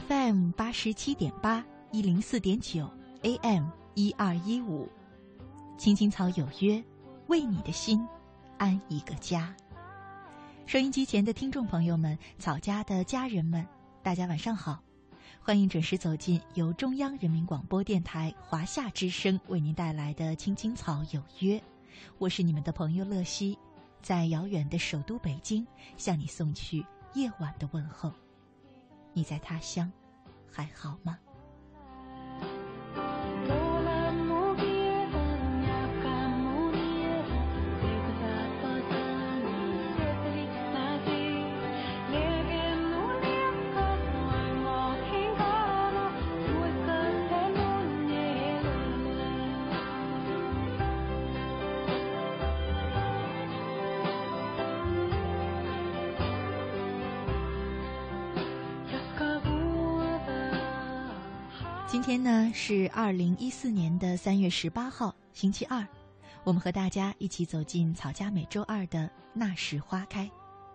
FM87.8，104.9，AM1215，青青草有约，为你的心安一个家。收音机前的听众朋友们，草家的家人们，大家晚上好，欢迎准时走进由中央人民广播电台华夏之声为您带来的青青草有约，我是你们的朋友乐西，在遥远的首都北京向你送去夜晚的问候。你在他乡还好吗？今天呢是2014年的3月18号，星期二，我们和大家一起走进草家每周二的那时花开。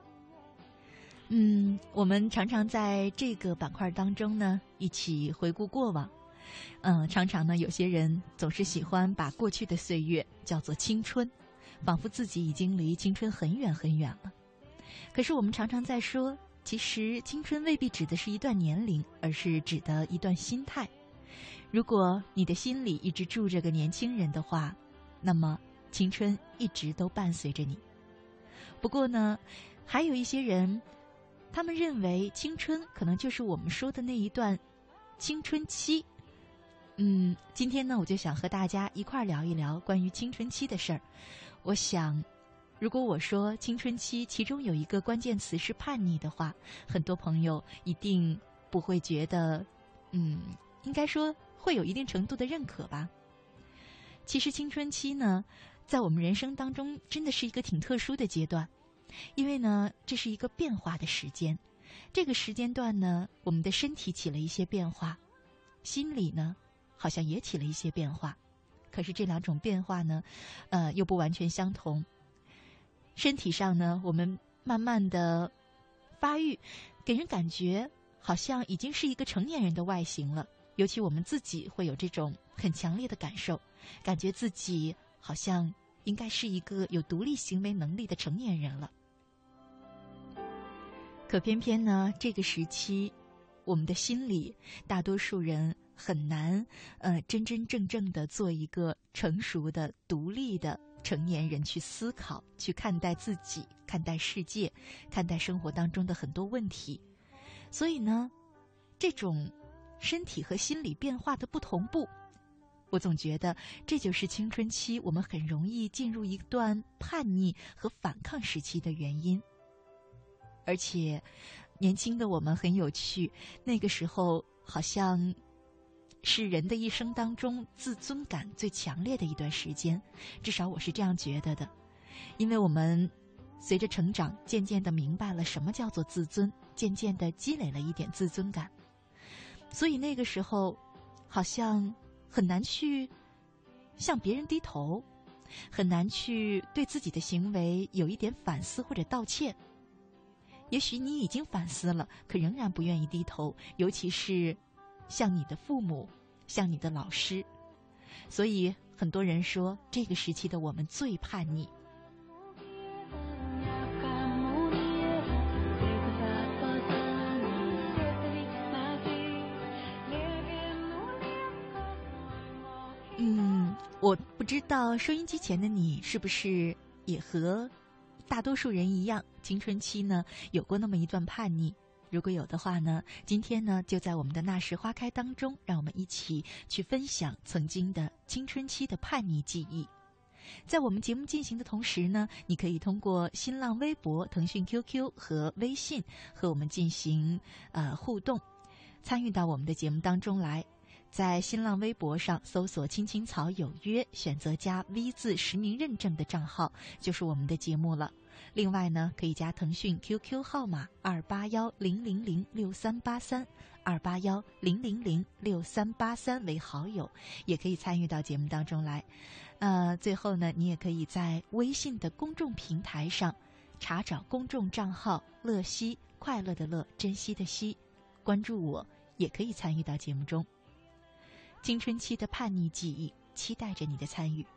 我们常常在这个板块当中呢，一起回顾过往。常常呢，有些人总是喜欢把过去的岁月叫做青春，仿佛自己已经离青春很远很远了。可是我们常常在说，其实青春未必指的是一段年龄，而是指的一段心态。如果你的心里一直住着个年轻人的话，那么青春一直都伴随着你。不过呢，还有一些人，他们认为青春可能就是我们说的那一段青春期。今天呢，我就想和大家一块儿聊一聊关于青春期的事儿。我想，如果我说青春期其中有一个关键词是叛逆的话，很多朋友一定不会觉得，应该说会有一定程度的认可吧。其实青春期呢，在我们人生当中真的是一个挺特殊的阶段，因为呢，这是一个变化的时间。这个时间段呢，我们的身体起了一些变化，心理呢，好像也起了一些变化。可是这两种变化呢，又不完全相同。身体上呢，我们慢慢的发育，给人感觉好像已经是一个成年人的外形了。尤其我们自己会有这种很强烈的感受，感觉自己好像应该是一个有独立行为能力的成年人了。可偏偏呢，这个时期，我们的心里大多数人很难真真正正的做一个成熟的、独立的成年人去思考、去看待自己、看待世界、看待生活当中的很多问题。所以呢，这种身体和心理变化的不同步，我总觉得这就是青春期我们很容易进入一段叛逆和反抗时期的原因。而且年轻的我们很有趣，那个时候好像是人的一生当中自尊感最强烈的一段时间，至少我是这样觉得的。因为我们随着成长，渐渐地明白了什么叫做自尊，渐渐地积累了一点自尊感。所以那个时候好像很难去向别人低头，很难去对自己的行为有一点反思或者道歉。也许你已经反思了，可仍然不愿意低头，尤其是向你的父母，向你的老师。所以很多人说，这个时期的我们最叛逆。我不知道收音机前的你是不是也和大多数人一样，青春期呢有过那么一段叛逆。如果有的话呢，今天呢就在我们的那时花开当中，让我们一起去分享曾经的青春期的叛逆记忆。在我们节目进行的同时呢，你可以通过新浪微博、腾讯 QQ 和微信和我们进行互动，参与到我们的节目当中来。在新浪微博上搜索青青草有约，选择加 V 字实名认证的账号，就是我们的节目了。另外呢，可以加腾讯 QQ 号码281000383，281000383为好友，也可以参与到节目当中来。最后呢，你也可以在微信的公众平台上查找公众账号乐西，快乐的乐，珍惜的惜，关注我， 也可以参与到节目中。青春期的叛逆记忆，期待着你的参与。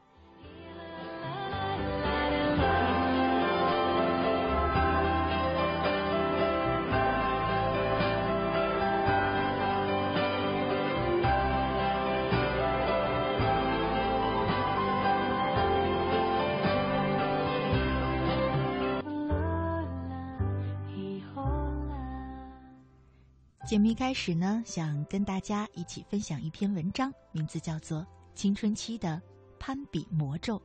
节目一开始呢，想跟大家一起分享一篇文章，名字叫做《青春期的攀比魔咒》。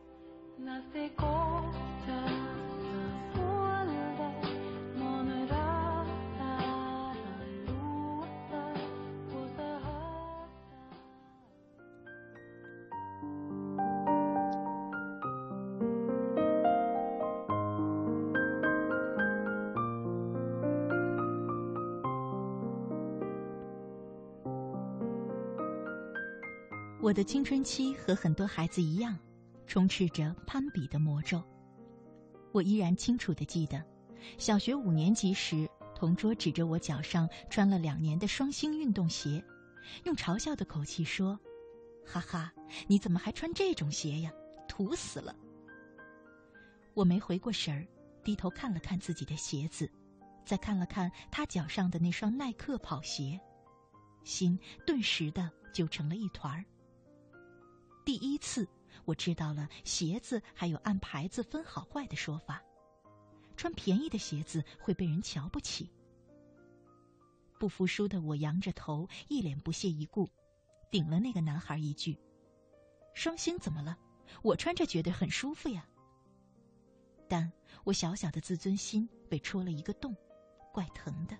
我的青春期和很多孩子一样，充斥着攀比的魔咒。我依然清楚地记得，小学5年级时，同桌指着我脚上穿了2年的双星运动鞋，用嘲笑的口气说：“哈哈，你怎么还穿这种鞋呀？土死了！”我没回过神儿，低头看了看自己的鞋子，再看了看他脚上的那双耐克跑鞋，心顿时的揪成了一团儿。第一次，我知道了鞋子还有按牌子分好坏的说法，穿便宜的鞋子会被人瞧不起。不服输的我扬着头，一脸不屑一顾，顶了那个男孩一句：“双星怎么了？我穿着觉得很舒服呀。”但我小小的自尊心被戳了一个洞，怪疼的。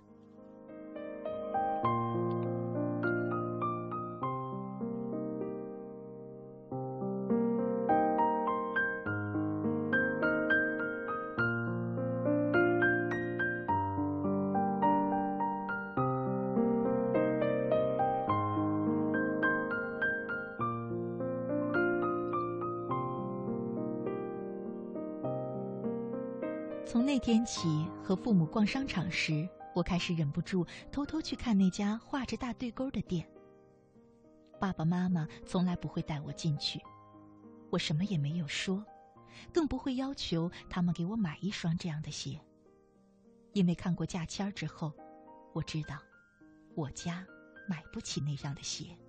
从那天起，和父母逛商场时，我开始忍不住偷偷去看那家画着大对勾的店。爸爸妈妈从来不会带我进去，我什么也没有说，更不会要求他们给我买一双这样的鞋。因为看过价签之后，我知道我家买不起那样的鞋。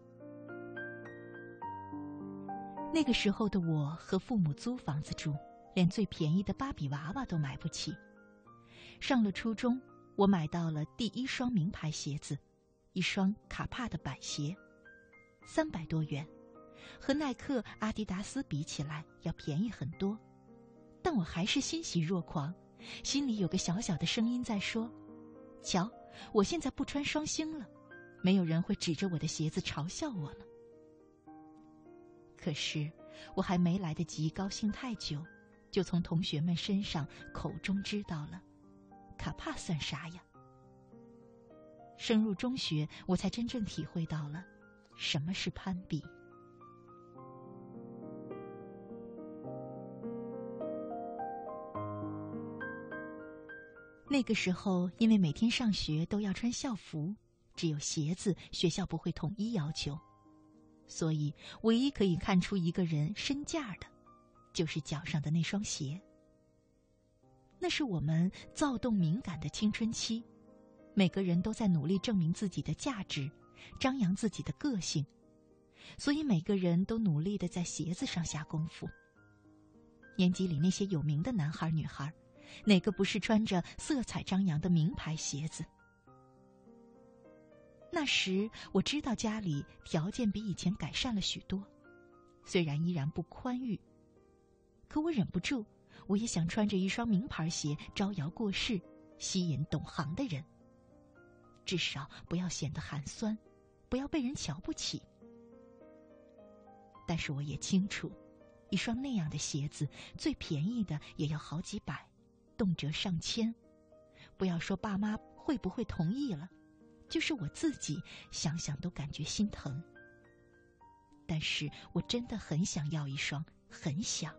那个时候的我和父母租房子住，连最便宜的芭比娃娃都买不起。上了初中，我买到了第一双名牌鞋子，一双卡帕的板鞋，300多元，和耐克、阿迪达斯比起来要便宜很多。但我还是欣喜若狂，心里有个小小的声音在说：“瞧，我现在不穿双星了，没有人会指着我的鞋子嘲笑我了。”可是，我还没来得及高兴太久，就从同学们身上口中知道了，卡帕算啥呀？升入中学，我才真正体会到了什么是攀比。那个时候，因为每天上学都要穿校服，只有鞋子学校不会统一要求，所以唯一可以看出一个人身价的，就是脚上的那双鞋。那是我们躁动敏感的青春期，每个人都在努力证明自己的价值，张扬自己的个性，所以每个人都努力地在鞋子上下功夫。年级里那些有名的男孩女孩，哪个不是穿着色彩张扬的名牌鞋子？那时我知道家里条件比以前改善了许多，虽然依然不宽裕，可我忍不住，我也想穿着一双名牌鞋招摇过市，吸引懂行的人，至少不要显得寒酸，不要被人瞧不起。但是我也清楚，一双那样的鞋子最便宜的也要好几百，动辄上千，不要说爸妈会不会同意了，就是我自己想想都感觉心疼。但是我真的很想要一双，很想。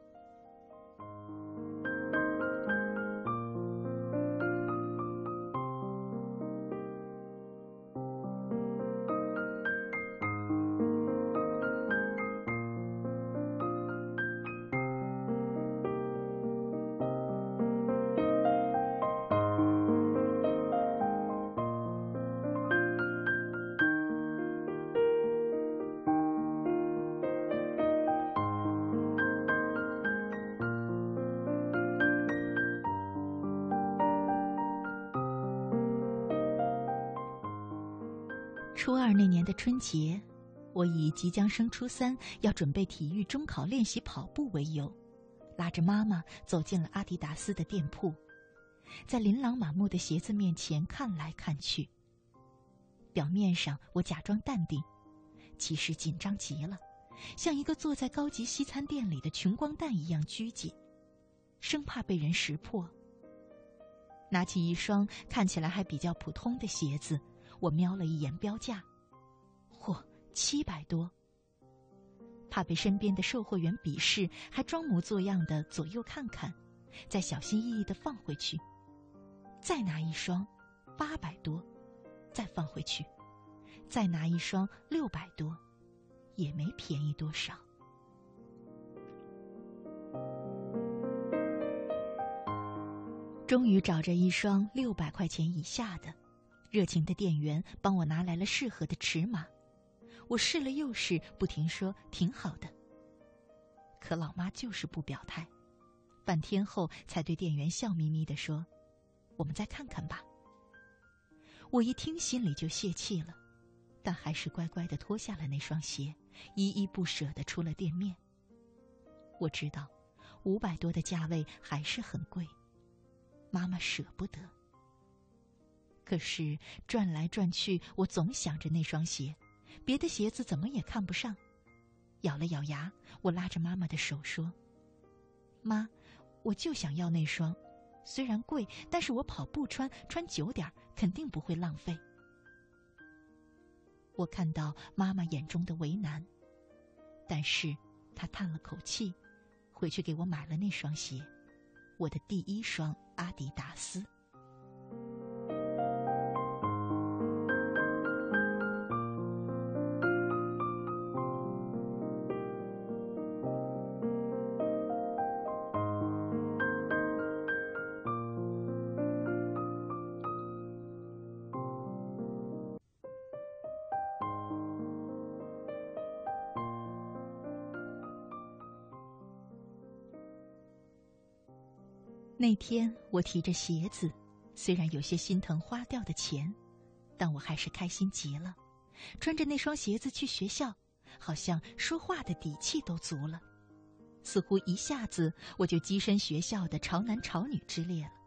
初二那年的春节，我以即将升初三要准备体育中考练习跑步为由，拉着妈妈走进了阿迪达斯的店铺，在琳琅满目的鞋子面前看来看去。表面上我假装淡定，其实紧张极了，像一个坐在高级西餐店里的穷光蛋一样拘谨，生怕被人识破。拿起一双看起来还比较普通的鞋子，我瞄了一眼标价，嚯，700多。怕被身边的售货员鄙视，还装模作样的左右看看，再小心翼翼地放回去。再拿一双，800多，再放回去。再拿一双600多，也没便宜多少。终于找着一双600块钱以下的，热情的店员帮我拿来了适合的尺码。我试了又试，不停说挺好的。可老妈就是不表态，半天后才对店员笑眯眯地说：“我们再看看吧。”我一听心里就泄气了，但还是乖乖地脱下了那双鞋，依依不舍地出了店面。我知道500多的价位还是很贵，妈妈舍不得。可是转来转去，我总想着那双鞋，别的鞋子怎么也看不上。咬了咬牙，我拉着妈妈的手说：“妈，我就想要那双，虽然贵，但是我跑步穿久点肯定不会浪费。”我看到妈妈眼中的为难，但是她叹了口气，回去给我买了那双鞋，我的第一双阿迪达斯。那天我提着鞋子，虽然有些心疼花掉的钱，但我还是开心极了。穿着那双鞋子去学校，好像说话的底气都足了，似乎一下子我就跻身学校的潮男潮女之列了。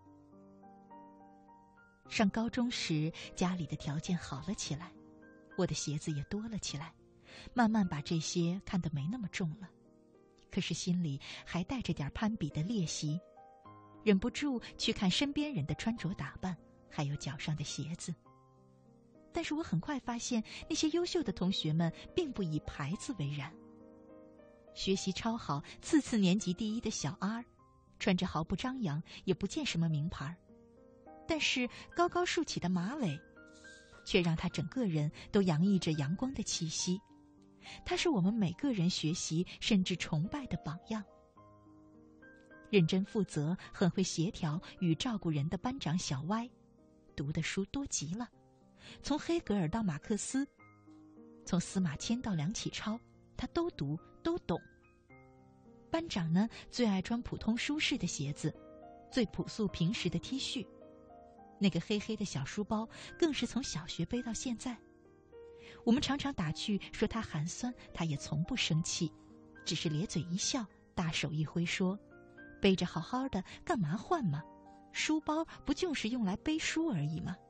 上高中时，家里的条件好了起来，我的鞋子也多了起来，慢慢把这些看得没那么重了。可是心里还带着点攀比的猎习，忍不住去看身边人的穿着打扮，还有脚上的鞋子。但是我很快发现，那些优秀的同学们并不以牌子为然。学习超好，次年级第一的小 R， 穿着毫不张扬，也不见什么名牌，但是高高竖起的马尾，却让他整个人都洋溢着阳光的气息。他是我们每个人学习甚至崇拜的榜样。认真负责、很会协调与照顾人的班长小歪，读的书多极了，从黑格尔到马克思，从司马迁到梁启超，他都读都懂。班长呢，最爱穿普通舒适的鞋子，最朴素平实的 T 恤，那个黑黑的小书包更是从小学背到现在。我们常常打趣说他寒酸，他也从不生气，只是咧嘴一笑，大手一挥说：“背着好好的，干嘛换嘛？书包不就是用来背书而已吗？”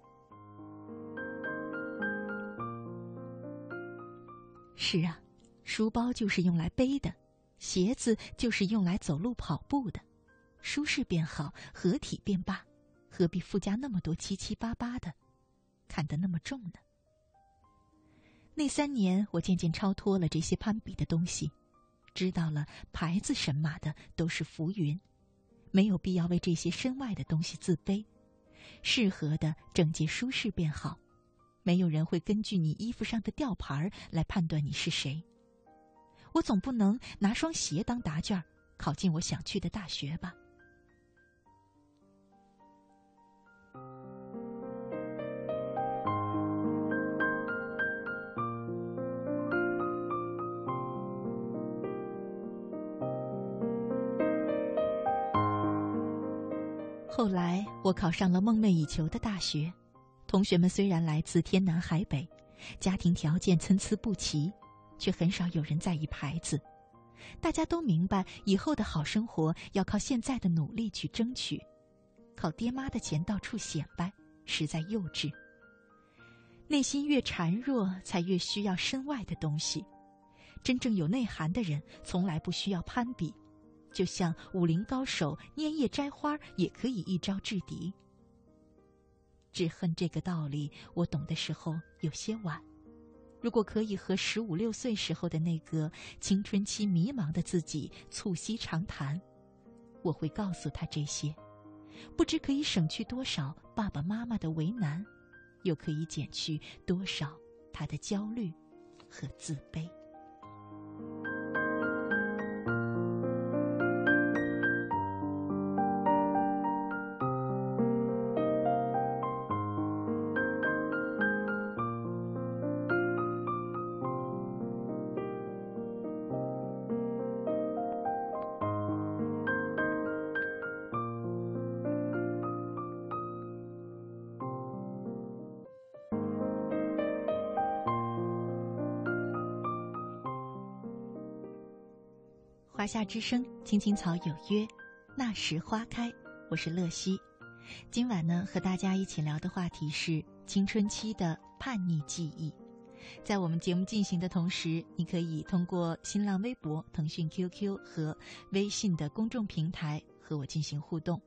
是啊，书包就是用来背的，鞋子就是用来走路跑步的。舒适便好，合体便罢，何必附加那么多七七八八的，看得那么重呢？那3年，我渐渐超脱了这些攀比的东西，知道了牌子神马的都是浮云，没有必要为这些身外的东西自卑。适合的整洁舒适便好，没有人会根据你衣服上的吊牌来判断你是谁。我总不能拿双鞋当答卷，考进我想去的大学吧。后来我考上了梦寐以求的大学，同学们虽然来自天南海北， 家庭条件参差不齐，却很少有人在意牌子。大家都明白，以后的好生活要靠现在的努力去争取，靠爹妈的钱到处显摆，实在幼稚。内心越孱弱，才越需要身外的东西。真正有内涵的人，从来不需要攀比，就像武林高手拈叶摘花，也可以一招制敌。只恨这个道理，我懂的时候有些晚。如果可以和15、16岁时候的那个青春期迷茫的自己促膝长谈，我会告诉他这些，不知可以省去多少爸爸妈妈的为难，又可以减去多少他的焦虑和自卑。华夏之声，青青草有约，那时花开。我是乐西。今晚呢，和大家一起聊的话题是青春期的叛逆记忆。在我们节目进行的同时，你可以通过新浪微博、腾讯 QQ 和微信的公众平台和我进行互动。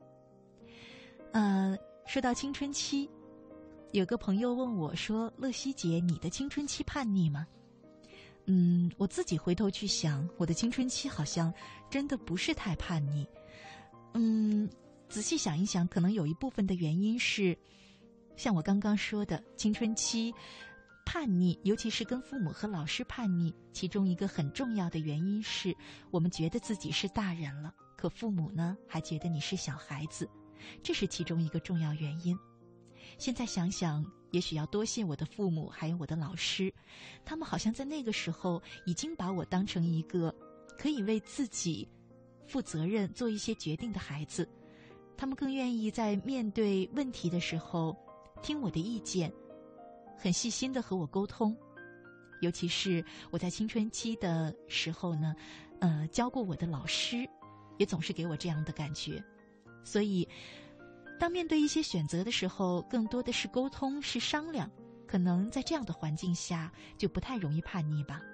说到青春期，有个朋友问我说：“乐西姐，你的青春期叛逆吗？”我自己回头去想，我的青春期好像真的不是太叛逆。仔细想一想，可能有一部分的原因是，像我刚刚说的，青春期叛逆，尤其是跟父母和老师叛逆，其中一个很重要的原因是，我们觉得自己是大人了，可父母呢还觉得你是小孩子，这是其中一个重要原因。现在想想，也许要多谢我的父母还有我的老师，他们好像在那个时候已经把我当成一个可以为自己负责任做一些决定的孩子。他们更愿意在面对问题的时候听我的意见，很细心地和我沟通。尤其是我在青春期的时候呢，教过我的老师也总是给我这样的感觉。所以当面对一些选择的时候，更多的是沟通，是商量，可能在这样的环境下就不太容易叛逆吧。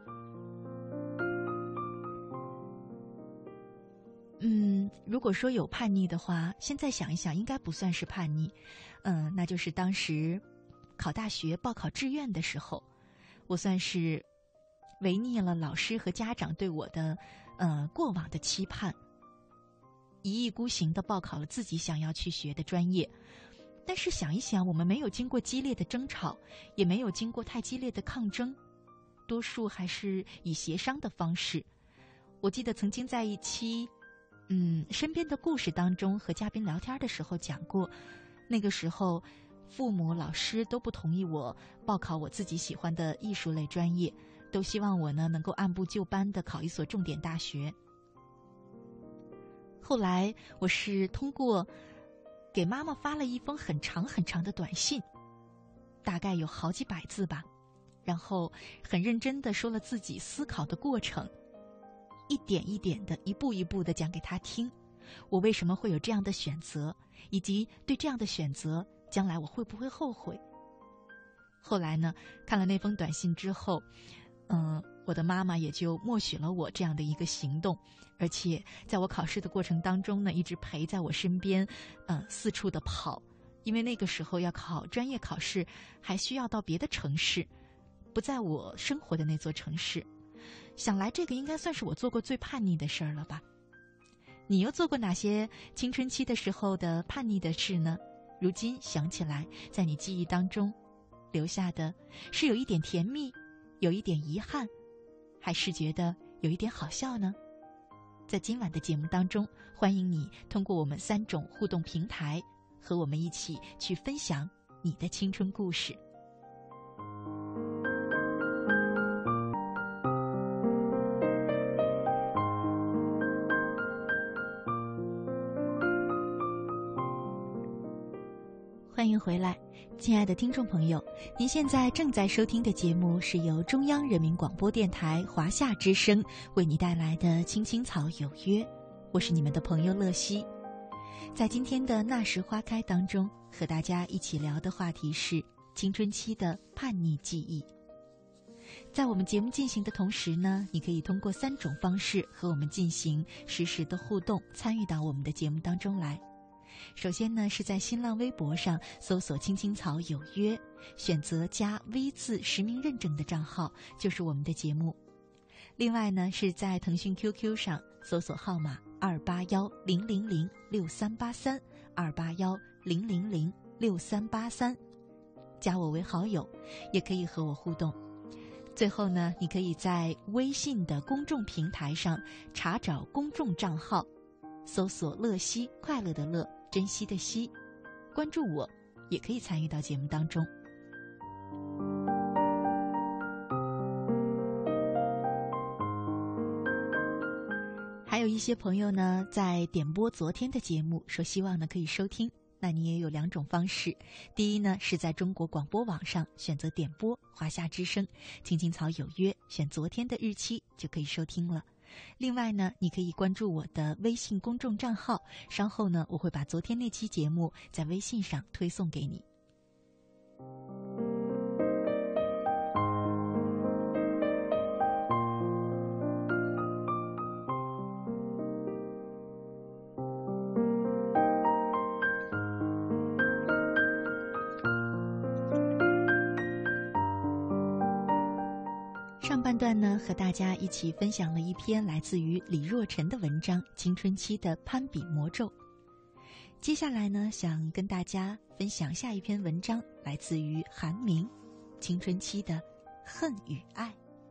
如果说有叛逆的话，现在想一想应该不算是叛逆。那就是当时考大学报考志愿的时候，我算是违逆了老师和家长对我的过往的期盼，一意孤行地报考了自己想要去学的专业。但是想一想，我们没有经过激烈的争吵，也没有经过太激烈的抗争，多数还是以协商的方式。我记得曾经在一期身边的故事当中和嘉宾聊天的时候讲过，那个时候父母老师都不同意我报考我自己喜欢的艺术类专业，都希望我呢能够按部就班地考一所重点大学。后来我是通过给妈妈发了一封很长很长的短信，大概有好几百字吧，然后很认真地说了自己思考的过程，一点一点的，一步一步的讲给她听，我为什么会有这样的选择，以及对这样的选择将来我会不会后悔。后来呢，看了那封短信之后，我的妈妈也就默许了我这样的一个行动，而且在我考试的过程当中呢，一直陪在我身边，四处的跑，因为那个时候要考专业考试，还需要到别的城市，不在我生活的那座城市。想来这个应该算是我做过最叛逆的事儿了吧。你又做过哪些青春期的时候的叛逆的事呢？如今想起来，在你记忆当中留下的是有一点甜蜜，有一点遗憾，还是觉得有一点好笑呢？在今晚的节目当中，欢迎你通过我们3种互动平台和我们一起去分享你的青春故事。 欢迎回来，亲爱的听众朋友，您现在正在收听的节目是由中央人民广播电台华夏之声为你带来的《青青草有约》，我是你们的朋友乐西。在今天的那时花开当中，和大家一起聊的话题是青春期的叛逆记忆。在我们节目进行的同时呢，你可以通过3种方式和我们进行实时的互动，参与到我们的节目当中来。首先呢，是在新浪微博上搜索青青草有约，选择加V字实名认证的账号，就是我们的节目。另外呢，是在腾讯 QQ 上搜索号码281-000-6383，281-000-6383，加我为好友，也可以和我互动。最后呢，你可以在微信的公众平台上查找公众账号，搜索乐西，快乐的乐，珍惜的惜，关注我，也可以参与到节目当中。还有一些朋友呢，在点播昨天的节目，说希望呢可以收听。那你也有2种方式，第一呢，是在中国广播网上选择点播华夏之声青青草有约，选昨天的日期就可以收听了。另外呢，你可以关注我的微信公众账号，稍后呢我会把昨天那期节目在微信上推送给你。上半段呢，和大家一起分享了一篇来自于李若晨的文章《青春期的攀比魔咒》。接下来呢，想跟大家分享下一篇文章，来自于韩明《青春期的恨与爱》。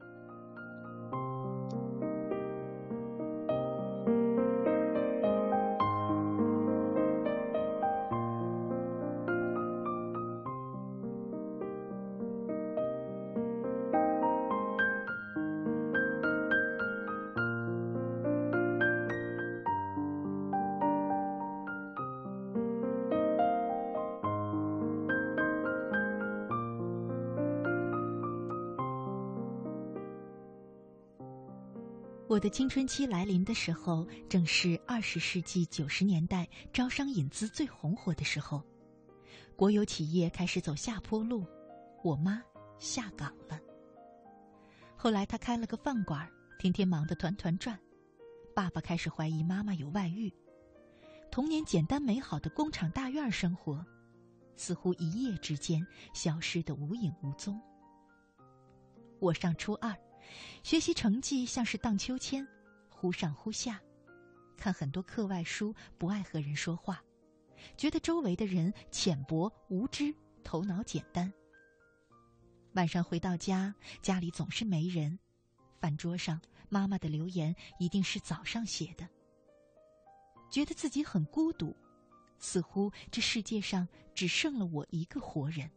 我的青春期来临的时候，正是20世纪90年代招商引资最红火的时候，国有企业开始走下坡路，我妈下岗了。后来她开了个饭馆，天天忙得团团转，爸爸开始怀疑妈妈有外遇，童年简单美好的工厂大院生活，似乎一夜之间消失得无影无踪。我上初2，学习成绩像是荡秋千，忽上忽下，看很多课外书，不爱和人说话，觉得周围的人浅薄无知，头脑简单。晚上回到家，家里总是没人，饭桌上妈妈的留言一定是早上写的。觉得自己很孤独，似乎这世界上只剩了我一个活人。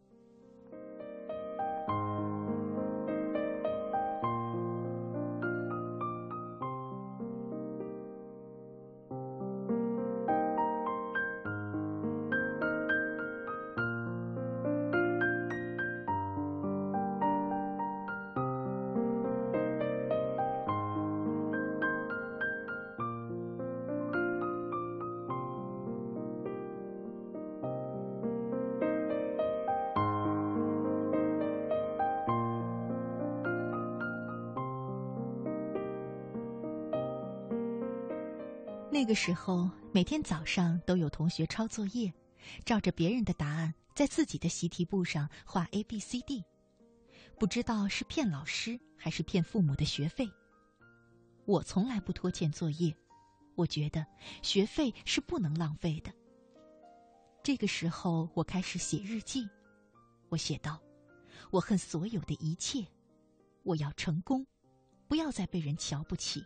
那个时候，每天早上都有同学抄作业，照着别人的答案在自己的习题簿上画 ABCD， 不知道是骗老师还是骗父母的学费。我从来不拖欠作业，我觉得学费是不能浪费的。这个时候，我开始写日记。我写道：我恨所有的一切，我要成功，不要再被人瞧不起。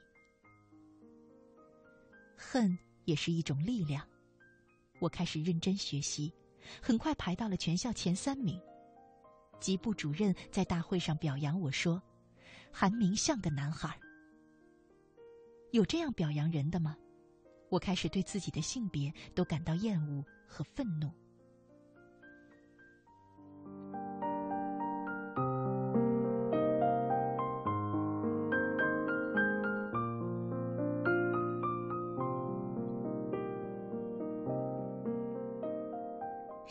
恨也是一种力量。我开始认真学习，很快排到了全校前3名。级部主任在大会上表扬我说：韩明像个男孩。有这样表扬人的吗？我开始对自己的性别都感到厌恶和愤怒。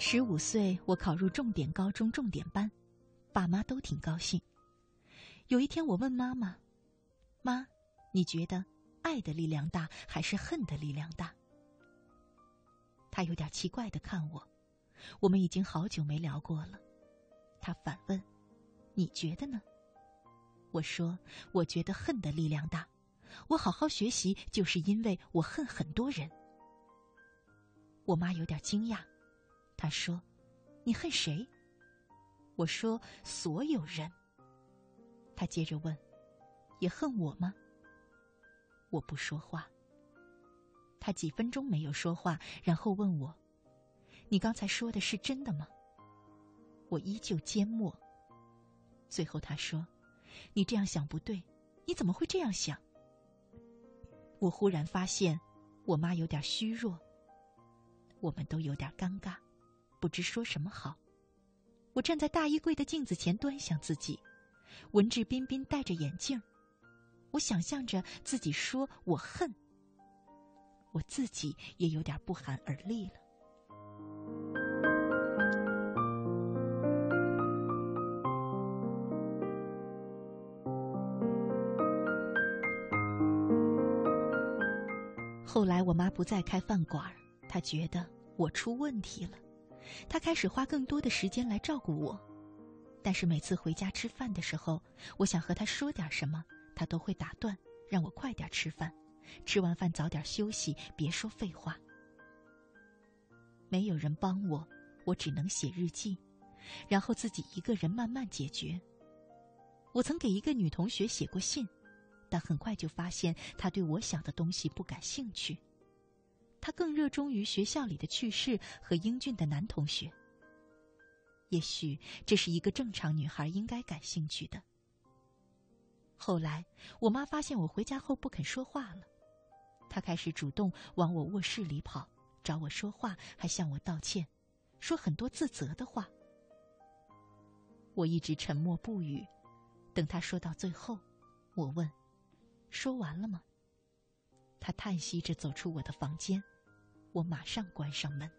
15岁，我考入重点高中重点班，爸妈都挺高兴。有一天我问妈妈：“妈，你觉得爱的力量大还是恨的力量大？”她有点奇怪地看我，我们已经好久没聊过了。她反问：“你觉得呢？”我说：“我觉得恨的力量大，我好好学习就是因为我恨很多人。”我妈有点惊讶，她说：“你恨谁？”我说：“所有人。”她接着问：“也恨我吗？”我不说话。她几分钟没有说话，然后问我：“你刚才说的是真的吗？”我依旧缄默。最后她说：“你这样想不对，你怎么会这样想？”我忽然发现，我妈有点虚弱，我们都有点尴尬，不知说什么好。我站在大衣柜的镜子前端详自己，文质彬彬戴着眼镜，我想象着自己说我恨，我自己也有点不寒而栗了。后来我妈不再开饭馆，她觉得我出问题了，她开始花更多的时间来照顾我。但是每次回家吃饭的时候，我想和她说点什么，她都会打断，让我快点吃饭，吃完饭早点休息，别说废话。没有人帮我，我只能写日记，然后自己一个人慢慢解决。我曾给一个女同学写过信，但很快就发现她对我想的东西不感兴趣，她更热衷于学校里的趣事和英俊的男同学。也许这是一个正常女孩应该感兴趣的。后来我妈发现我回家后不肯说话了，她开始主动往我卧室里跑，找我说话，还向我道歉，说很多自责的话。我一直沉默不语，等她说到最后，我问：“说完了吗？”她叹息着走出我的房间，我马上关上门。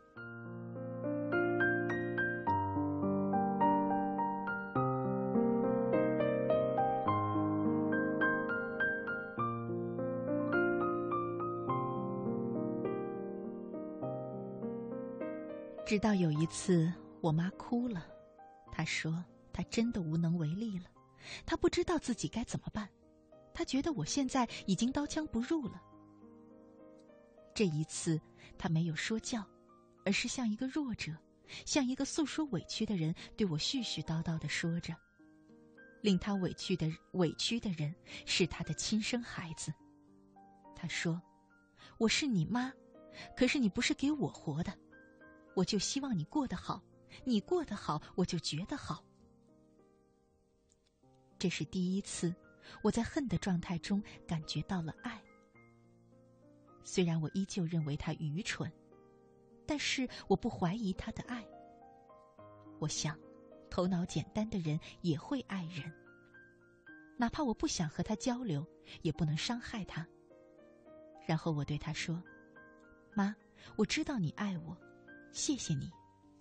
直到有一次我妈哭了，她说她真的无能为力了，她不知道自己该怎么办，她觉得我现在已经刀枪不入了。这一次她没有说教，而是像一个弱者，像一个诉说委屈的人，对我絮絮叨叨地说着。令她委屈的人是她的亲生孩子。她说：“我是你妈，可是你不是给我活的，我就希望你过得好，你过得好，我就觉得好。”这是第一次，我在恨的状态中感觉到了爱。虽然我依旧认为他愚蠢，但是我不怀疑他的爱。我想，头脑简单的人也会爱人，哪怕我不想和他交流，也不能伤害他。然后我对他说：“妈，我知道你爱我，谢谢你。”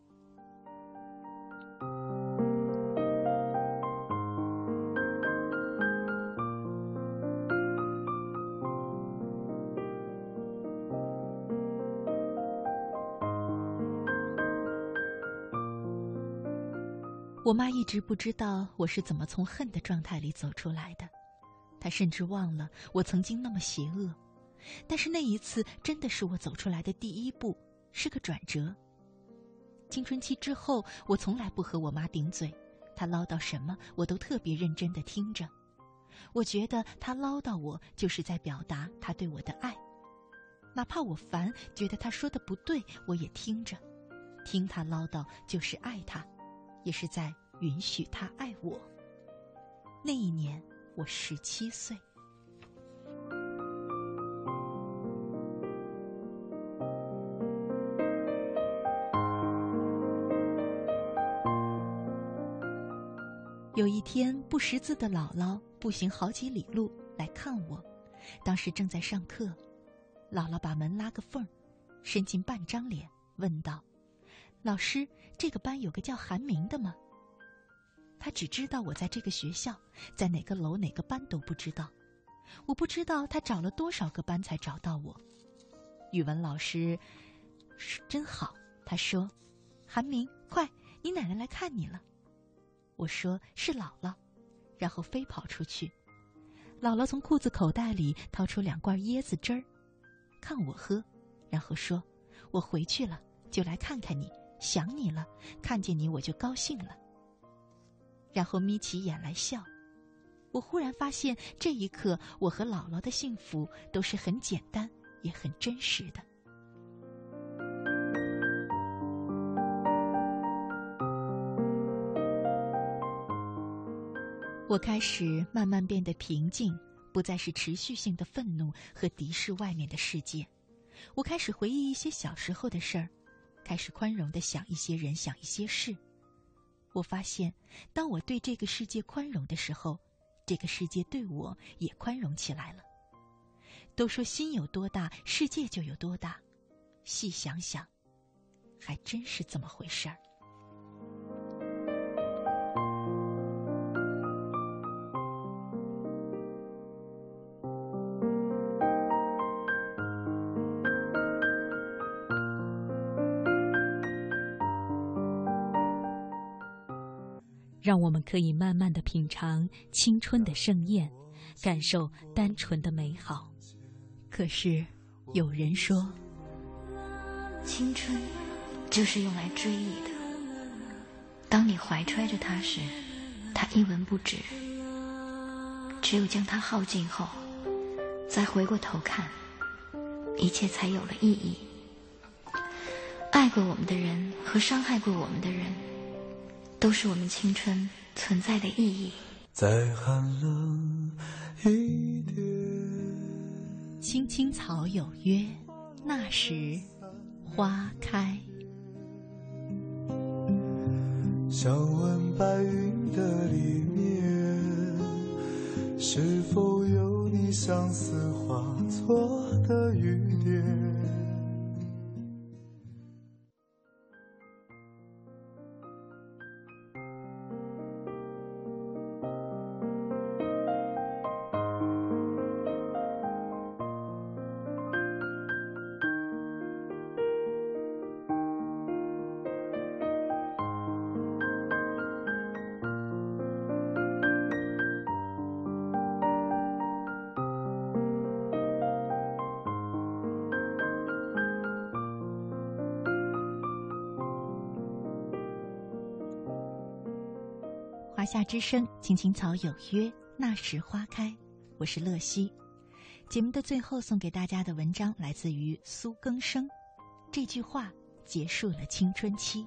我妈一直不知道我是怎么从恨的状态里走出来的，她甚至忘了我曾经那么邪恶。但是那一次真的是我走出来的第一步，是个转折。青春期之后，我从来不和我妈顶嘴，她唠叨什么我都特别认真地听着。我觉得她唠叨我就是在表达她对我的爱，哪怕我烦，觉得她说的不对，我也听着。听她唠叨就是爱她，也是在允许她爱我。那一年我17岁。有一天，不识字的姥姥步行好几里路来看我，当时正在上课。姥姥把门拉个缝，伸进半张脸，问道：“ 老师，这个班有个叫韩明的吗？他只知道我在这个学校，在哪个楼哪个班都不知道。我不知道他找了多少个班才找到我。语文老师真好，他说：“韩明，快，你奶奶来看你了。”我说：“是姥姥。”然后飞跑出去。姥姥从裤子口袋里掏出2罐椰子汁儿，看我喝，然后说：“我回去了，就来看看你，想你了，看见你我就高兴了。”然后眯起眼来笑。我忽然发现，这一刻我和姥姥的幸福都是很简单也很真实的。我开始慢慢变得平静，不再是持续性的愤怒和敌视外面的世界。我开始回忆一些小时候的事儿，开始宽容地想一些人，想一些事。我发现，当我对这个世界宽容的时候，这个世界对我也宽容起来了。都说心有多大，世界就有多大，细想想，还真是这么回事儿。让我们可以慢慢地品尝青春的盛宴，感受单纯的美好。可是，有人说， 青春就是用来追忆的。当你怀揣着它时，它一文不值。只有将它耗尽后，再回过头看，一切才有了意义。爱过我们的人和伤害过我们的人，都是我们青春存在的意义。 再寒冷一点， 青青草有约，那时花开。 想问白云的里面，是否有你相思化作的雨点？ 华夏之声，青青草有约，那时花开。我是乐西。节目的最后送给大家的文章来自于苏更生。这句话结束了青春期。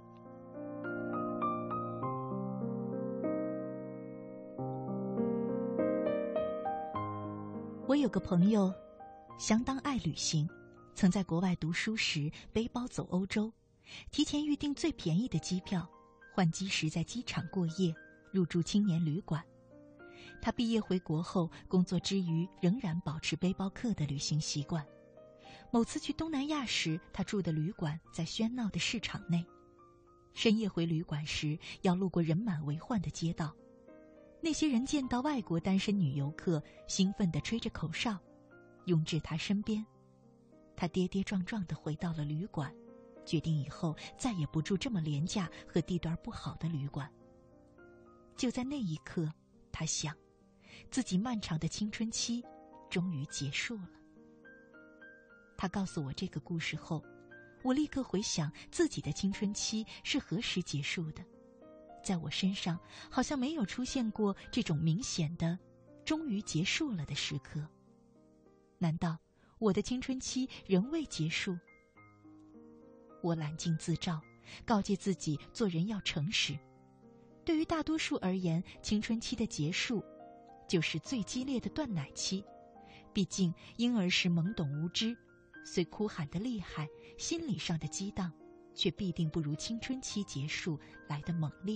我有个朋友，相当爱旅行，曾在国外读书时背包走欧洲，提前预订最便宜的机票，换机时在机场过夜，入住青年旅馆。他毕业回国后，工作之余仍然保持背包客的旅行习惯。某次去东南亚时，他住的旅馆在喧闹的市场内。深夜回旅馆时，要路过人满为患的街道。那些人见到外国单身女游客，兴奋地吹着口哨，拥至他身边。他跌跌撞撞地回到了旅馆，决定以后再也不住这么廉价和地段不好的旅馆。就在那一刻，他想，自己漫长的青春期终于结束了。他告诉我这个故事后，我立刻回想自己的青春期是何时结束的。在我身上好像没有出现过这种明显的终于结束了的时刻。难道我的青春期仍未结束？我揽镜自照，告诫自己做人要诚实。对于大多数而言，青春期的结束就是最激烈的断奶期。毕竟婴儿时懵懂无知，虽哭喊得厉害，心理上的激荡却必定不如青春期结束来得猛烈。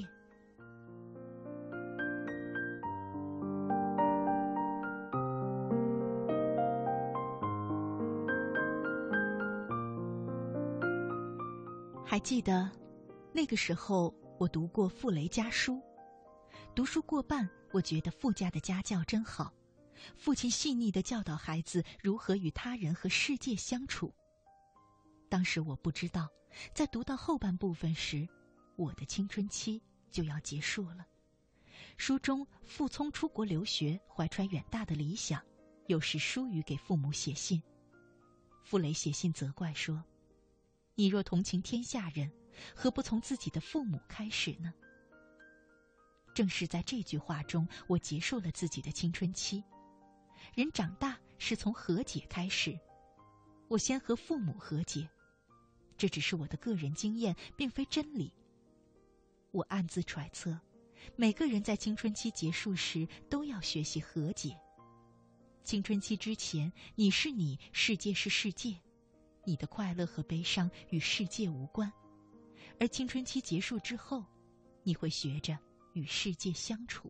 还记得那个时候我读过傅雷家书，读书过半，我觉得傅家的家教真好，父亲细腻地教导孩子如何与他人和世界相处。当时我不知道，在读到后半部分时，我的青春期就要结束了。书中傅聪出国留学，怀揣远大的理想，有时疏于给父母写信。傅雷写信责怪说：“你若同情天下人，何不从自己的父母开始呢？”正是在这句话中，我结束了自己的青春期。人长大是从和解开始，我先和父母和解，这只是我的个人经验，并非真理。我暗自揣测，每个人在青春期结束时都要学习和解。青春期之前，你是你，世界是世界，你的快乐和悲伤与世界无关；而青春期结束之后，你会学着与世界相处。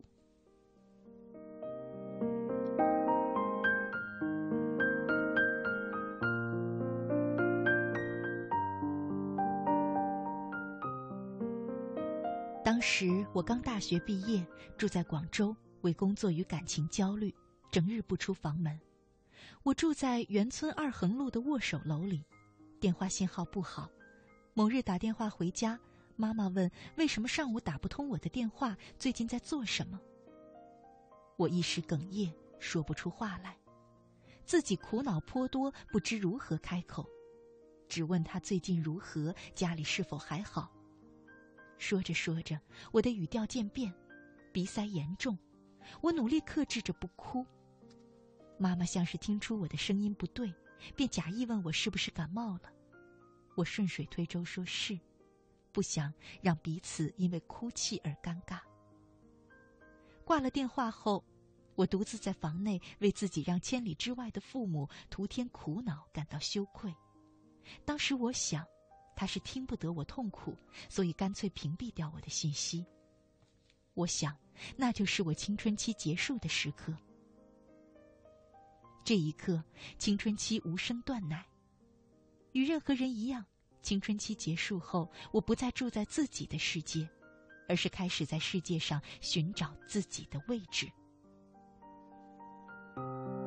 当时我刚大学毕业，住在广州，为工作与感情焦虑，整日不出房门。我住在园村2横路的握手楼里，电话信号不好。某日打电话回家，妈妈问为什么上午打不通我的电话，最近在做什么。我一时哽咽，说不出话来，自己苦恼颇多，不知如何开口，只问他最近如何，家里是否还好。说着说着，我的语调渐变，鼻塞严重，我努力克制着不哭。妈妈像是听出我的声音不对，便假意问我是不是感冒了。我顺水推舟说是，不想让彼此因为哭泣而尴尬。挂了电话后，我独自在房内为自己让千里之外的父母徒添苦恼感到羞愧。当时我想，他是听不得我痛苦，所以干脆屏蔽掉我的信息。我想，那就是我青春期结束的时刻。这一刻，青春期无声断奶。与任何人一样，青春期结束后，我不再住在自己的世界，而是开始在世界上寻找自己的位置。